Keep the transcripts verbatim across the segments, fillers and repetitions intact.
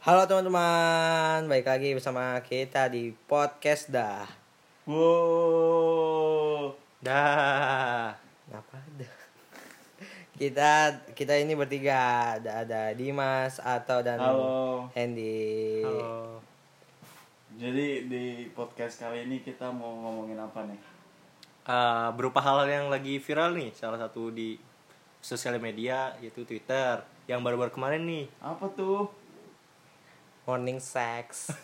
Halo teman-teman, balik lagi bersama kita di podcast dah. Wow. Dah. Ngapa dah? Kita kita ini bertiga, ada ada Dimas, Atau dan Halo. Hendy. Halo. Jadi di podcast kali ini kita mau ngomongin apa nih? Uh, berupa hal yang lagi viral nih, salah satu di sosial media yaitu Twitter yang baru-baru kemarin nih. Apa tuh? Morning sex.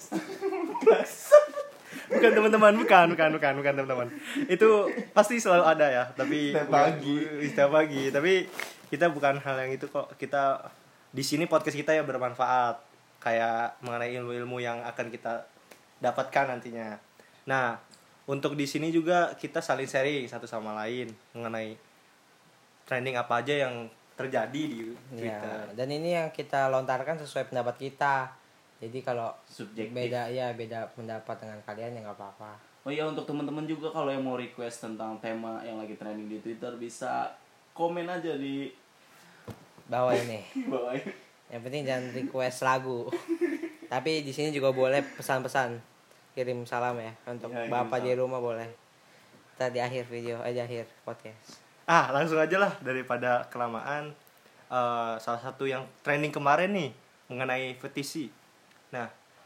Bukan teman-teman, bukan, bukan, bukan, bukan teman-teman. Itu pasti selalu ada ya, tapi Setiap pagi. setiap pagi. Tapi kita bukan hal yang itu kok. Kita di sini podcast kita ya bermanfaat, kayak mengenai ilmu-ilmu yang akan kita dapatkan nantinya. Nah, untuk di sini juga kita saling sharing satu sama lain mengenai trending apa aja yang terjadi di Twitter. Ya, dan ini yang kita lontarkan sesuai pendapat kita. Jadi kalau Subjektif. beda ya beda pendapat dengan kalian ya nggak apa-apa. Oh iya, untuk teman-teman juga kalau yang mau request tentang tema yang lagi trending di Twitter bisa komen aja di Bawah ini. bawah ini. Yang penting jangan request lagu. Tapi di sini juga boleh pesan-pesan, kirim salam ya untuk Ya, bapak salam. di rumah boleh. Kita di akhir video, eh di akhir podcast. Ah, langsung aja lah daripada kelamaan. Uh, salah satu yang trending kemarin nih mengenai fetisi. Nah,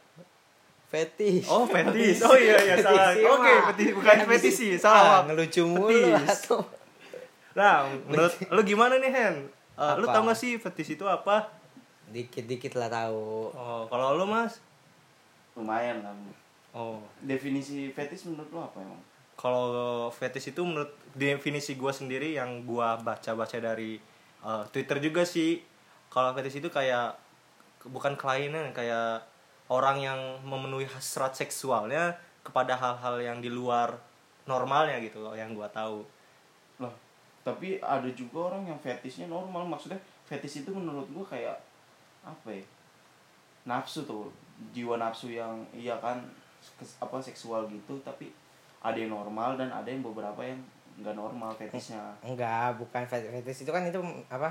Fetish. oh fetish. Oh iya iya salah. Fetisi Oke, mah. fetish bukan fetisi, salah. Ah, ngelucu mulu Fetish. atau Nah, menurut lu gimana nih, Hen? Uh, lu Apa? tau gak sih fetish itu apa? dikit-dikit lah tahu. Oh, kalau lu, Mas? Lumayan lah. Oh, Definisi fetish menurut lo apa emang? kalau fetish itu menurut definisi gua sendiri yang gua baca-baca dari uh, Twitter juga sih. Kalau fetish itu kayak bukan kelainan, kayak orang yang memenuhi hasrat seksualnya kepada hal-hal yang di luar normalnya gitu loh, yang gua tahu. Loh, tapi ada juga orang yang fetishnya normal. Maksudnya fetish itu menurut gua kayak apa ya? Nafsu tuh, jiwa nafsu yang iya kan kes- apa seksual gitu, tapi ada yang normal dan ada yang beberapa yang nggak normal fetishnya. Enggak, bukan fet- fetish itu kan itu apa?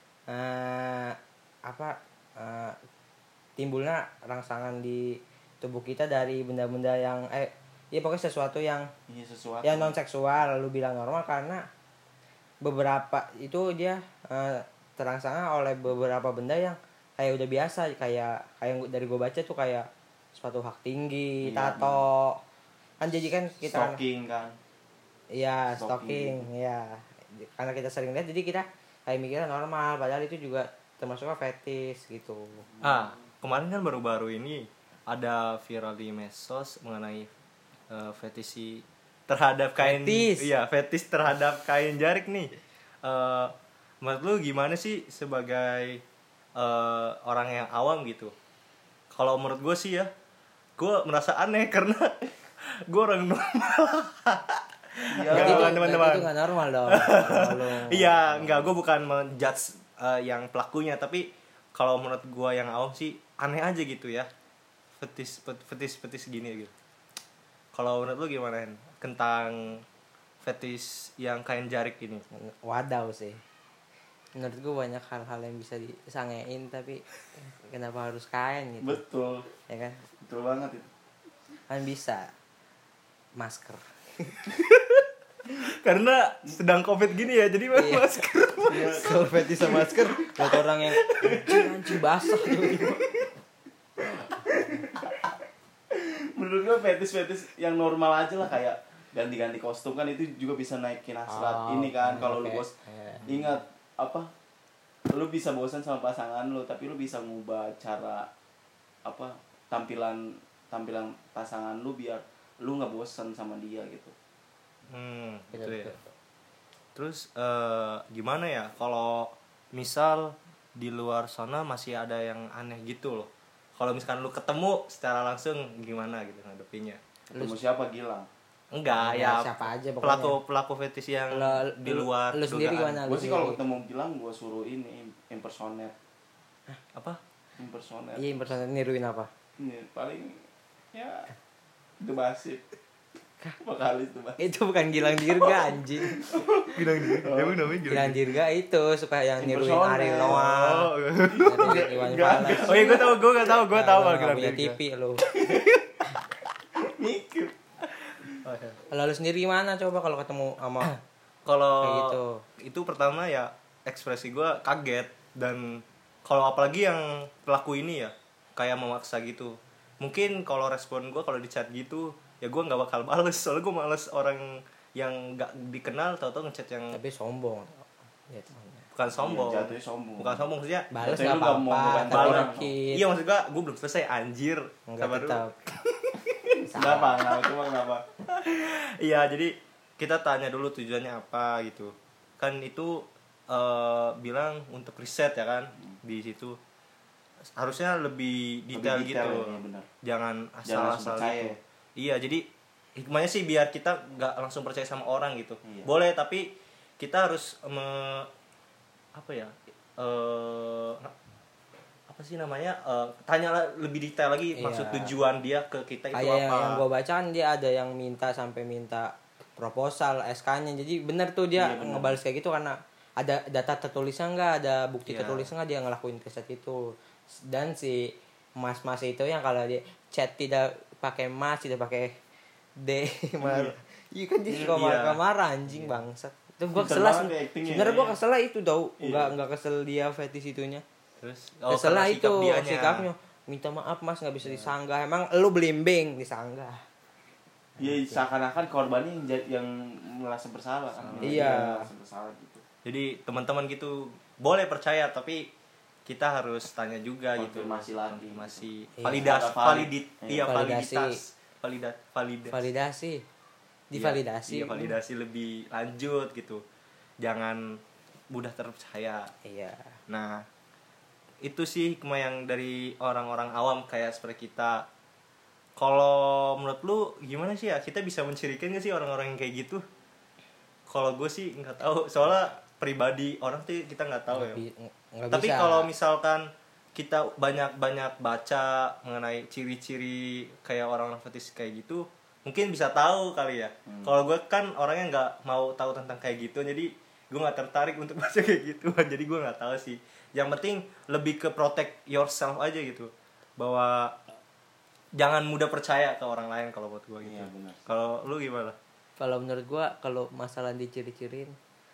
Eh apa eh, timbulnya rangsangan di tubuh kita dari benda-benda yang eh ya pokoknya sesuatu yang Iya sesuatu. yang non seksual lalu bilang normal karena beberapa itu dia eh, terangsang oleh beberapa benda yang kayak udah biasa, kayak kayak yang dari gue baca tuh kayak sepatu hak tinggi, Iya, tato kan, jadi kan kita Stalking kan. iya Stalking. stalking ya karena kita sering lihat jadi kita kayak mikirnya normal padahal itu juga termasuknya fetish gitu. Ah, kemarin kan baru-baru ini ada viral di medsos mengenai uh, fetisi terhadap kain. Fetis. Iya, fetis terhadap kain jarik nih. Uh, menurut lu gimana sih sebagai uh, orang yang awam gitu? Kalau menurut gue sih ya, gue merasa aneh karena gue orang normal. Ya, Enggak, Berarti itu, bukan, teman-teman. berarti itu gak normal dong. Kalau lu- Iya, enggak, gue bukan menjudge uh, yang pelakunya, tapi kalau menurut gue yang awam sih aneh aja gitu ya, fetis fetis fetis gini gitu. Kalau menurut lu gimana, Hen? Tentang fetis yang kain jarik ini? Wadaw sih. Menurut gue banyak hal-hal yang bisa disangein tapi kenapa harus kain gitu? Betul. Ya kan? Betul banget itu. Kan bisa masker. Karena sedang covid gini ya, jadi pakai Iya. masker. Kalau fetish sama masker buat orang yang anjing anjing basah tiba-tiba. Menurut gue fetish-fetish yang normal aja lah, kayak ganti-ganti kostum kan itu juga bisa naikin hasrat Oh, ini kan. oke, Kalau lu oke. bos Iya. ingat apa? Lu bisa bosan sama pasangan lu, tapi lu bisa ngubah cara apa? Tampilan tampilan pasangan lu biar lu nggak bosan sama dia gitu. Hmm, Betul, gitu ya. betul. Terus eh, gimana ya kalau misal di luar sana masih ada yang aneh gitu loh. Kalau misalkan lu ketemu secara langsung gimana gitu ngadepinnya? Ketemu siapa Gilang? Enggak, Ya, ya siapa aja pokoknya. pelaku pelaku fetis yang Lo- di lu- luar lu sendiri dugaan. gimana? Gue lu sih kalau sendiri. ketemu Gilang gue suruh ini impersonate. Apa? Impersonate. Iya, impersonate niruin apa? Ini paling ya itu basic. Vokalis tuh, Bang. Itu bukan Gilang Dirga anjing. Bilang dia. Emang namanya Gilang Dirga itu suka yang niruin Impersonate. Ariel Noah. Oh. Niruin Iwan Enggak, Fals. Oh iya gue tau, gue gak tau, gue tau kalau Nggak Gilang punya Dirga. T V lu. Mikir. Oh, iya. Kalau lu sendiri gimana coba kalau ketemu sama Kalau kayak gitu? itu pertama ya ekspresi gue kaget, dan kalau apalagi yang pelaku ini ya kayak memaksa gitu. Mungkin kalau respon gue kalau di chat gitu ya gue nggak bakal bales, soalnya gue males orang yang nggak dikenal tau-tau ngechat yang Tapi sombong. Ya, temannya. bukan sombong. Iya, jatuhnya sombong. Bukan sombong maksudnya. Balas Jatuhnya nggak lu nggak mau apa-apa, ngebantu tapi orang. dikit. Iya maksud gue, gue belum selesai anjir. Enggak Sabar dulu. tetap. Kenapa? Kenapa? Cuma kenapa? Iya, jadi kita tanya dulu tujuannya apa gitu. Kan itu eh, bilang untuk riset ya kan di situ. Harusnya lebih detail, Lebih detail gitu. ya, benar. Jangan Jangan asal-asal langsung percaya. gitu. Iya, jadi hikmahnya sih biar kita nggak langsung percaya sama orang gitu. Iya. Boleh, tapi kita harus me, apa ya? Eh apa sih namanya? Eh tanya lebih detail lagi Iya. maksud tujuan dia ke kita itu Kayak yang, apa. yang gue bacaan dia ada yang minta sampai minta proposal S K-nya. Jadi bener tuh dia Iya, bener. ngebales kayak gitu karena ada data tertulisnya nggak, ada bukti Iya. tertulisnya nggak, dia ngelakuin riset itu. Dan si mas-mas itu yang kalau dia chat tidak pakai mas, tidak pakai D, mar- iya kan dia suka Iya. marah-marah anjing bangsat. Itu gue Pinter kesel. banget ya actingnya, Sebenarnya gue ya. kesel itu tau, Iya. nggak nggak kesel dia fetish itunya. Terus Kesel karena itu sikap dianya. sikapnya. Minta maaf mas nggak bisa disanggah. Emang lu belimbing disanggah. Iya, seakan-akan korbannya yang jad- yang merasa bersalah kan. Iya. Merasa bersalah gitu. Jadi teman-teman gitu boleh percaya, tapi kita harus tanya juga gitu. Konfirmasi lagi. Konfirmasi. Iya. Validas, Ada valid. validit, Iya. iya Validasi. validitas, validat, validas. Validasi. Divalidasi. Iya, validasi lebih lanjut gitu. Jangan mudah terpercaya. Iya. Nah, itu sih hikmah yang dari orang-orang awam kayak seperti kita. Kalau menurut lu gimana sih ya? Kita bisa mencirikan gak sih orang-orang yang kayak gitu? Kalau gue sih nggak tahu. Soalnya pribadi orang tuh kita nggak tahu ya. Bi- nggak Tapi bisa. kalau misalkan kita banyak-banyak baca mengenai ciri-ciri kayak orang-orang fetis kayak gitu, mungkin bisa tahu kali ya. Hmm. Kalau gue kan orangnya nggak mau tahu tentang kayak gitu, jadi gue nggak tertarik untuk baca kayak gituan. Jadi gue nggak tahu sih. Yang penting lebih ke protect yourself aja gitu, bahwa jangan mudah percaya ke orang lain kalau buat gue gitu. Iya, benar. Kalau lu gimana? Kalau menurut gua kalau masalah diciri-cirin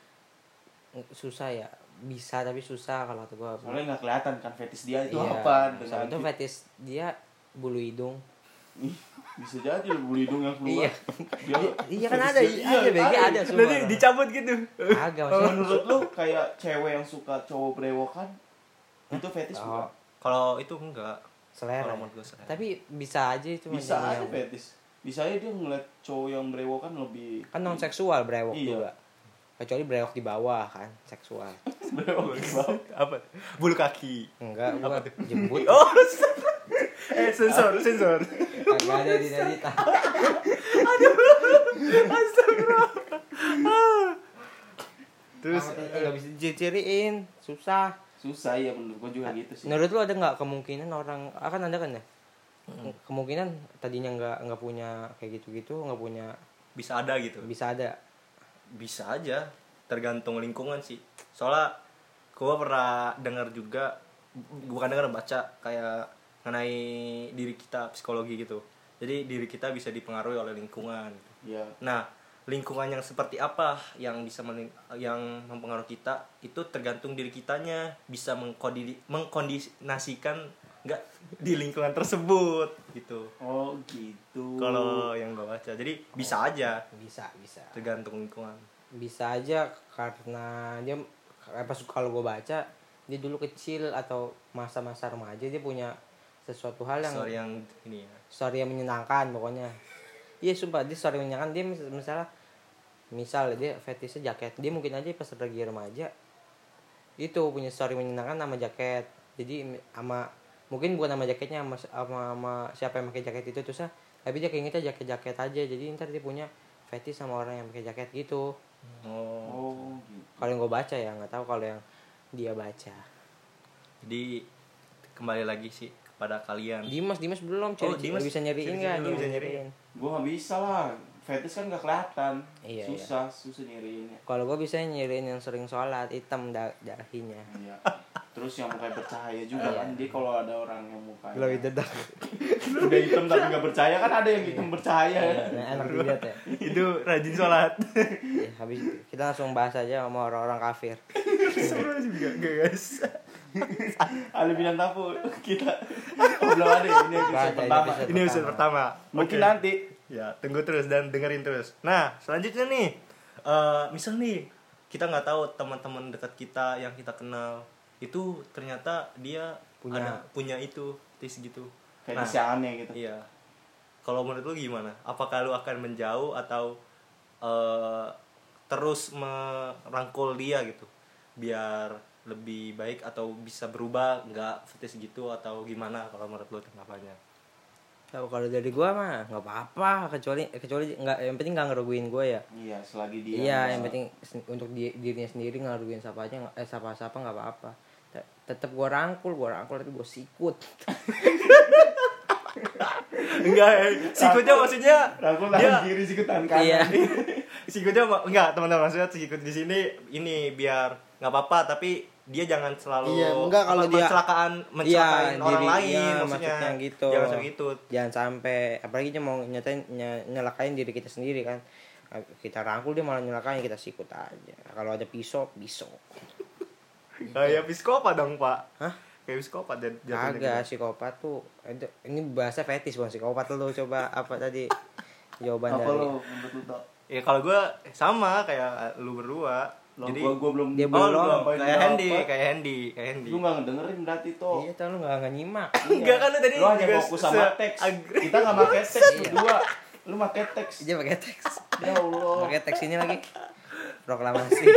ng- susah ya. Bisa tapi susah kalau kata gua. Soalnya nggak kelihatan kan fetish dia itu Iya. apa Soalnya itu dengan fetish dia bulu hidung. Ih, bisa jadi lu bulu hidung yang keluar. Iya. Dia, Iya kan ada, fetish dia- ada, B G ada semua. Nanti dicabut gitu. Agak Kalau maksudnya. menurut lu kayak cewek yang suka cowok brewokan itu fetish Oh, bukan? Kalau itu enggak. selera. Kalau menurut gua selera. Tapi bisa aja itu Bisa yang- aja fetish. Bisa aja dia ngeliat cowok yang brewokan lebih kan non seksual brewok Iya. juga. Kecuali brewok di bawah kan seksual. brewok di bawah. Apa? Bulu kaki. Enggak, gua jembut. Oh, eh sensor, sensor. Kagak ada di Nadita. Astagfirullah. Terus Enggak bisa diciriin, susah. Susah ya menurut gua juga gitu sih. Menurut lu ada nggak kemungkinan orang akan ada kan ya? Kemungkinan tadinya nggak nggak punya kayak gitu-gitu, nggak punya, bisa ada gitu. bisa ada. Bisa aja, tergantung lingkungan sih. Soalnya gua pernah dengar juga, bukan dengar, baca kayak mengenai diri kita, psikologi gitu. Jadi diri kita bisa dipengaruhi oleh lingkungan. Iya. Nah, lingkungan yang seperti apa yang bisa mening- yang mempengaruhi kita itu tergantung diri kitanya bisa mengkondisi mengkondisikan nggak di lingkungan tersebut gitu. Oh gitu. Kalau yang gue baca, jadi bisa aja Bisa, bisa. tergantung lingkungan. Bisa aja karena dia kayak pas kalau gue baca dia dulu kecil atau masa-masa remaja dia punya sesuatu hal yang Story yang ini ya. story yang menyenangkan pokoknya. Iya sumpah dia story menyenangkan. Dia mis- misalnya misal dia fetishnya jaket, dia mungkin aja pas lagi remaja itu punya story menyenangkan sama jaket. Jadi mi- sama mungkin bukan nama jaketnya sama, sama, sama siapa yang pakai jaket itu terus tapi dia keingetnya jaket-jaket aja. Jadi ntar dia punya fetish sama orang yang pakai jaket gitu. Oh. Oh gitu. Kalau yang gue baca ya, nggak tahu kalau yang dia baca. Jadi kembali lagi sih kepada kalian. Dimas, Dimas belum, Oh, ciri Dimas. bisa nyariin Ciri-ciri nggak? lu Dia bisa bisa nyariin. nyariin. Gua nggak bisa lah. fetish kan gak kelihatan. Iya, susah, susah nyiriinnya. Kalau gue bisa nyiriin yang sering sholat, hitam da- dahinya. Iya. Terus yang mukanya bercahaya juga kan. Dia kalau ada orang yang mukanya Glow in the dark. udah hitam tapi gak bercahaya kan ada yang hitam bercahaya. Iya, nah, enak dilihat ya. Itu rajin sholat. Ya, habis itu kita langsung bahas aja sama orang-orang kafir. Seru juga guys. Ali Binan Tapu kita oh, belum ada ya, ini episode Ada, pertama. episode Ini episode pertama. Mungkin Oke. nanti Ya, tunggu terus dan dengerin terus. Nah, selanjutnya nih, eh misal nih kita nggak tahu teman-teman dekat kita yang kita kenal itu ternyata dia Punya. ada, punya itu tis gitu. fetish yang aneh gitu. Iya. Kalau menurut lu gimana? Apakah lu akan menjauh atau eh terus merangkul dia gitu, biar lebih baik atau bisa berubah nggak fetish gitu atau gimana kalau menurut lu tanggapannya? Tahu kalau dari gua mah nggak apa-apa, kecuali kecuali nggak, yang penting nggak ngerugiin gua ya. Iya, selagi dia Iya, nggak- yang penting sen- untuk di, dirinya sendiri nggak ngerugiin siapa aja, nggak- eh siapa-siapa nggak apa-apa. Te- Tetep gua rangkul, gua rangkul tapi gua sikut. Enggak, eh, sikutnya maksudnya Rangkul dia tangan kiri sih ke tangan kanan. Iya. sikutnya ma- enggak teman-teman, maksudnya sikut di sini ini biar nggak apa-apa tapi dia jangan selalu Iya, enggak kalau apa, dia- mencelakaan mencelakaan Iya, orang diri- lain iya, maksudnya. maksudnya gitu. Jangan sampai gitu. Jangan sampai, apalagi dia mau nyatain ny- nyelakain diri kita sendiri kan. Kita rangkul dia malah nyelakain, kita sikut aja. Kalau ada pisau, pisau. Kayak psikopat dong, Pak. Hah? Kayak psikopat dan jatuhnya Kagak, gitu. psikopat tuh itu, ini bahasa fetis bukan psikopat. Lu coba apa tadi jawaban Apa dari lo menurut lu tak? Ya kalau gue sama kayak lu berdua. Lo Jadi gua, gua belum Dia oh, belum, lu ngapain kayak berapa. Handy, kayak Handy, kayak Handy. Lu nggak ngedengerin berarti toh. Iya, tau lu nggak nggak nyimak. Enggak kan lu tadi Lu hanya juga fokus sama se- teks. agri- Kita nggak pakai teks berdua. Lu pakai teks. Dia pakai teks. Ya Allah. Pakai teks ini lagi. Proklamasi.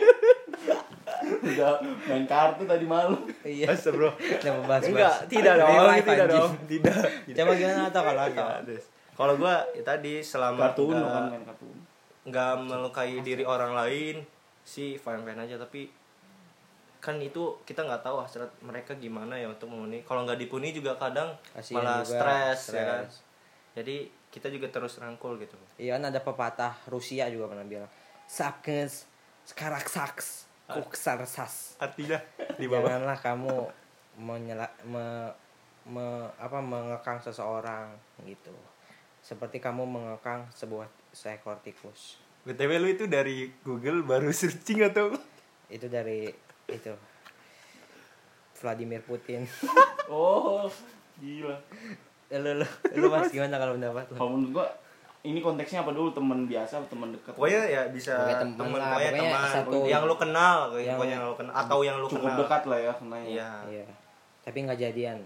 Udah main kartu tadi malam. Iya. Masa, Bro. Udah membahas. Enggak, tidak dong, Real life, tidak anjing. dong, tidak. Coba gimana atau kalau atau? Ya, des. Kalau gue ya tadi selama Kartu Uno nggak- kan main kartu Uno. nggak melukai diri orang lain sih fine fine aja, tapi kan itu kita nggak tahu hasrat mereka gimana ya untuk memenuhi. Kalau nggak dipenuhi juga kadang Kasian malah juga, stres ya stres. kan. Jadi kita juga terus rangkul gitu. Iya kan ada pepatah Rusia juga pernah bilang, sakes sekarang saks kuksar sas. Artinya di bawah. Janganlah kamu menyela, me, me, apa mengekang seseorang gitu. Seperti kamu mengekang sebuah seekor tikus. B T W lu itu dari Google baru searching atau? Itu dari itu Vladimir Putin. Oh, gila. lu, lu, lu mas gimana kalau pendapat lu? Kalau menurut gua ini konteksnya apa dulu, teman biasa atau teman dekat? Pokoknya ya bisa Pokoknya teman temen, lah, pokoknya pokoknya teman satu- yang lu kenal, yang- pokoknya yang lu kenal atau yang lu cukup kenal. dekat lah ya kenanya. Iya. Iya. Tapi nggak jadian.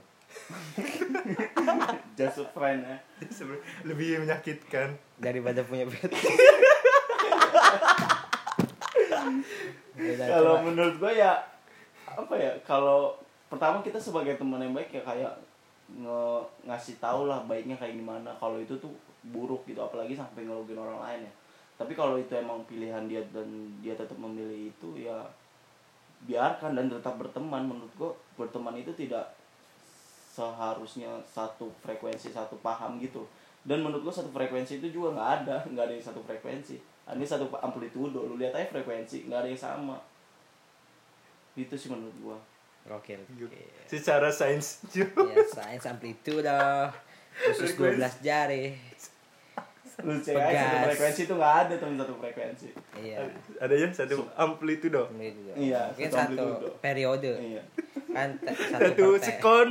Just a friend ya. Sebenarnya lebih menyakitkan. Daripada punya pet. Beda, Kalau coba. menurut gue ya apa ya, kalau pertama kita sebagai teman yang baik ya kayak nge ngasih tahu lah baiknya kayak gimana, kalau itu tuh buruk gitu, apalagi sampai ngerugiin orang lain ya. Tapi kalau itu emang pilihan dia dan dia tetap memilih itu, ya biarkan dan tetap berteman. Menurut gue berteman itu tidak seharusnya satu frekuensi, satu paham gitu. Dan menurut gue satu frekuensi itu juga nggak ada, nggak ada yang satu frekuensi. Ini satu amplitudo, lu lihat aja frekuensi, nggak ada yang sama. Itu sih menurut gua. Gokil. Secara sains Ya, sains amplitudo khusus dua belas jari. Lu cek aja satu Pegas. frekuensi itu nggak ada teman satu frekuensi. Iya. ada ya satu amplitudo. Amplitudo. Iya, Mungkin satu satu amplitudo. periode. Iya. Kan te- satu, Satu per te- sekon.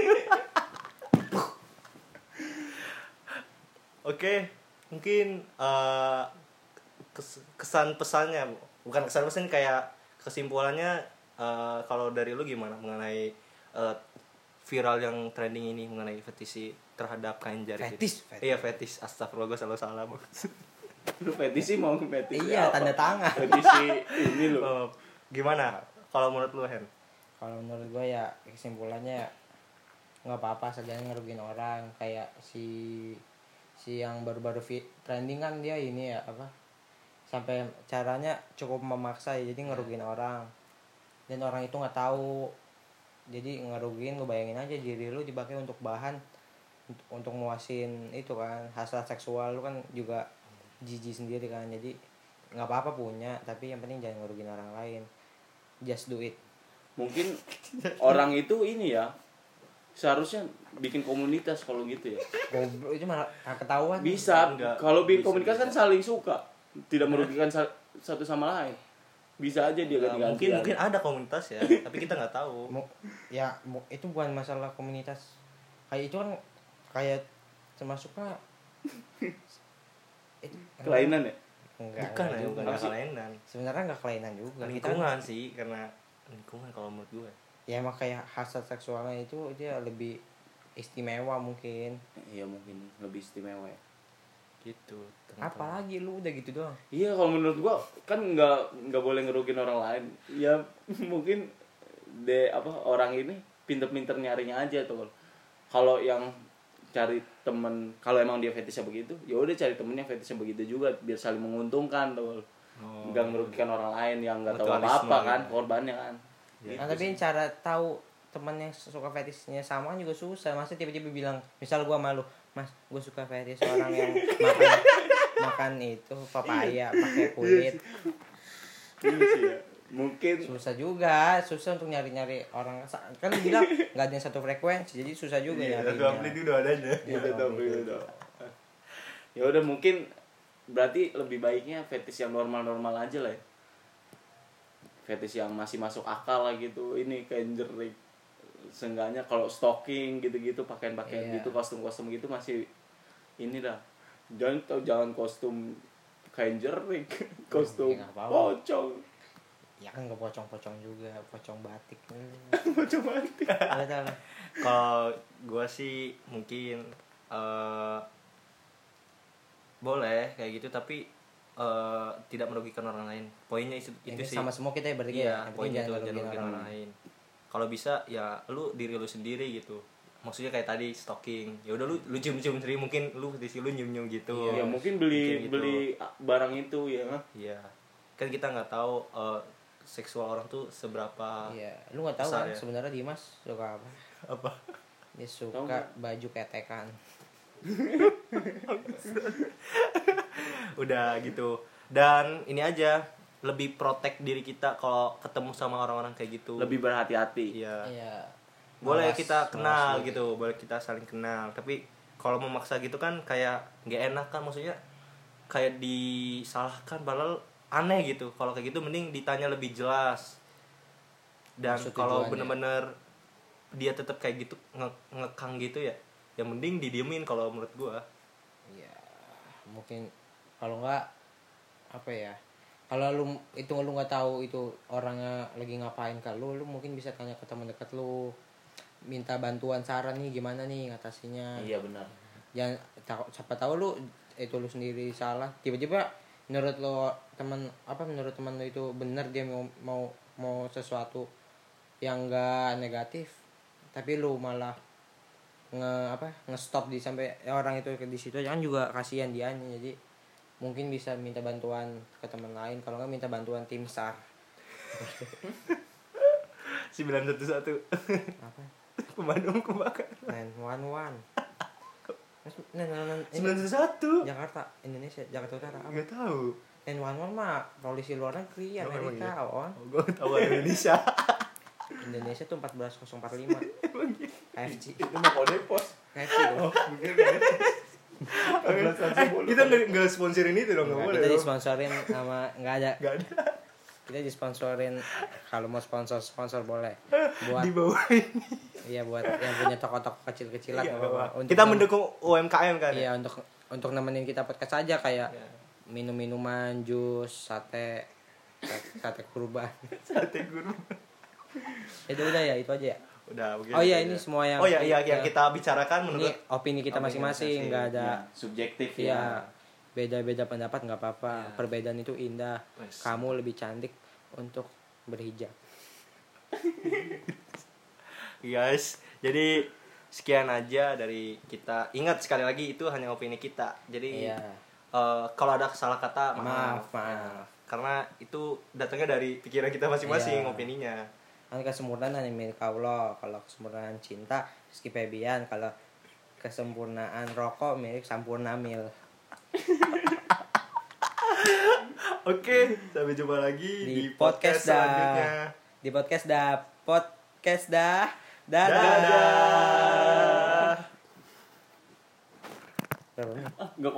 Oke, mungkin eh, kes- kesan pesannya bukan kesan pesan kayak kesimpulannya, eh, kalau dari lu gimana mengenai eh, viral yang trending ini mengenai fetisi terhadap kain jari gitu? Fetis, fetis. Iya, fetis. Astagfirullah, gue selalu salah. Bang. Lu fetisi mau fetisi. Iya, apa? tanda tangan. Fetisi ini lu. Eh, gimana kalau menurut lu, Hen? Kalau menurut gue ya kesimpulannya nggak apa-apa sebenarnya ngerugiin orang, kayak si si yang baru-baru fit trending kan dia ini ya apa sampai caranya cukup memaksa ya, jadi ngerugiin orang dan orang itu nggak tahu, jadi ngerugiin. Lu bayangin aja diri lu dipakai untuk bahan untuk, untuk muasin itu kan hasrat seksual lu kan juga jijik sendiri kan. Jadi nggak apa-apa punya, tapi yang penting jangan ngerugiin orang lain. Just do it. Mungkin orang itu ini ya seharusnya bikin komunitas kalau gitu ya. Goblok itu malah ketahuan. Bisa. Enggak. Kalau bikin Bisa, komunitas kan bisa. saling suka, tidak merugikan sa- satu sama lain. Bisa aja dia Ya, ganti-gantian. mungkin mungkin ada komunitas ya, tapi kita nggak tahu. Mau, ya mau, itu bukan masalah komunitas. Kayak itu kan kayak termasuk kan itu kelainan ya. enggak, Bukan enggak ya, juga. bukan Apa sih? kelainan. Sebenarnya enggak kelainan juga. Kita Lingkungan sih, karena lingkungan kalau menurut gue. ya emang kayak hasrat seksualnya itu dia lebih istimewa mungkin. Iya mungkin lebih istimewa ya. Gitu. teman-teman. Apalagi lu udah gitu doang. Iya kalau menurut gua kan nggak nggak boleh ngerugiin orang lain. Ya mungkin de apa orang ini pinter-pinter nyarinya aja tuh. Kalau yang cari temen, kalau emang dia fetishnya begitu, ya udah cari temen yang fetishnya begitu juga biar saling menguntungkan tuh. Oh. Nggak merugikan orang lain yang nggak tahu Mutualisme apa-apa kan, gitu. korbannya kan. Ya. Nah, tapi cara tahu teman yang suka fetishnya sama juga susah. Masa tiba-tiba bilang, misal gua malu, "Mas, gua suka fetish orang yang makan makan itu papaya pakai kulit." Iya sih ya. Mungkin Susah juga, susah untuk nyari-nyari orang. Kan lu bilang nggak ada yang satu frekuensi, jadi susah juga Iya, nyarinya. satu amplitude adanya. ya udah udah. Ya udah mungkin berarti lebih baiknya fetish yang normal-normal aja lah ya. Fetish yang masih masuk akal lah gitu. Ini kain jerik. Seenggaknya kalau stalking gitu-gitu pakaian-pakaian Iya. gitu kostum-kostum gitu masih ini dah. Jangan jangan kostum kain jerik, kostum ya nggak apa-apa. pocong. Ya kan nggak pocong-pocong juga, pocong batik. Pocong mati. Ada tahu. Kalau gue sih mungkin eh, boleh kayak gitu, tapi eh, tidak merugikan orang lain. Poinnya itu, itu Ini sih. sama semua kita ya berarti Iya, ya. Yang penting poinnya itu jangan jangan ngerugiin merugikan orang. orang lain. Kalau bisa ya lu diri lu sendiri gitu. Maksudnya kayak tadi stalking. Ya udah lu lu cium-cium sendiri, mungkin lu di sini lu nyium-nyium gitu. Ya mungkin beli Mungkin gitu. beli barang itu ya. Iya. Kan kita nggak tahu eh, seksual orang tuh seberapa. Iya, lu nggak tahu Besar kan ya. sebenarnya Dimas suka apa? Apa? Dia Tahu suka nggak? baju ketekan. Udah gitu. Dan ini aja, lebih protect diri kita kalau ketemu sama orang-orang kayak gitu. Lebih berhati-hati. Iya. Iya. Boleh Malas- kita kenal malas gitu, boleh kita saling kenal. Tapi kalau memaksa gitu kan kayak nggak enak kan, maksudnya kayak disalahkan padahal aneh gitu. Kalau kayak gitu mending ditanya lebih jelas. Dan Maksud kalau tujuannya. bener-bener dia tetap kayak gitu nge- ngekang gitu ya, ya mending didiemin kalau menurut gua. Iya. Mungkin kalau nggak apa ya? Kalau lu itu lu nggak tahu itu orangnya lagi ngapain ke lu, lu mungkin bisa tanya ke teman dekat lu. Minta bantuan saran nih gimana nih ngatasinya. Iya benar. Jangan tahu- siapa tahu lu itu lu sendiri salah. Tiba-tiba menurut lo teman apa menurut teman lo itu benar, dia mau mau mau sesuatu yang enggak negatif, tapi lu malah nge apa nge-stop di sampai orang itu di situ, jangan juga kasihan dianya. Jadi mungkin bisa minta bantuan ke teman lain, kalau nggak minta bantuan tim SAR. sembilan satu satu Apa? pemadam kebakaran. nine one one. Nah, nah, nah, ini sembilan satu satu Jakarta, Indonesia, Jakarta Utara. Apa? nggak tahu. nine one one mah polisi luar negeri, Oh, emang Amerika, iya? on. Oh, gua tahu Indonesia. Indonesia tuh empat belas nol empat lima. K F C. Itu mau kode pos. K F C dong. Kita nggak nggak sponsorin itu dong, nggak Nggak, boleh. kita dong. disponsorin sama nggak ada. Nggak ada. Kita disponsorin, kalau mau sponsor sponsor boleh. Buat Di bawah ini. iya buat yang punya toko-toko kecil-kecilan. Iya, nggak apa-apa. apa-apa. Untuk Kita nem- mendukung U M K M kan. Iya, untuk untuk nemenin kita podcast aja kayak Iya. minum-minuman, jus, sate, sate, sate kurban. Sate guru. Itu udah ya, itu aja ya. Udah, begini. Oh iya, ini semua yang Oh iya, iya yang ya, kita bicarakan ini menurut opini kita opini masing-masing, nggak ada. Ya, subjektif Iya, ya. beda-beda pendapat nggak apa-apa. Iya. Perbedaan itu indah. Wes. Kamu lebih cantik untuk berhijab. guys. Jadi sekian aja dari kita. Ingat sekali lagi itu hanya opini kita. Jadi Iya. eh, kalau ada salah kata Maaf, maaf, maaf. Ya. Karena itu datangnya dari pikiran kita masing-masing Iya. opininya. Kan kesempurnaan hanya milik Allah. Kalau kesempurnaan cinta Rizky Febian. Kalau kesempurnaan rokok milik Sampurna Mil. Oke, sampai jumpa lagi Di di, podcast podcast, dah. selanjutnya. Di podcast dah, podcast dah. Dadah. Dadah. Berapa menit? Nggak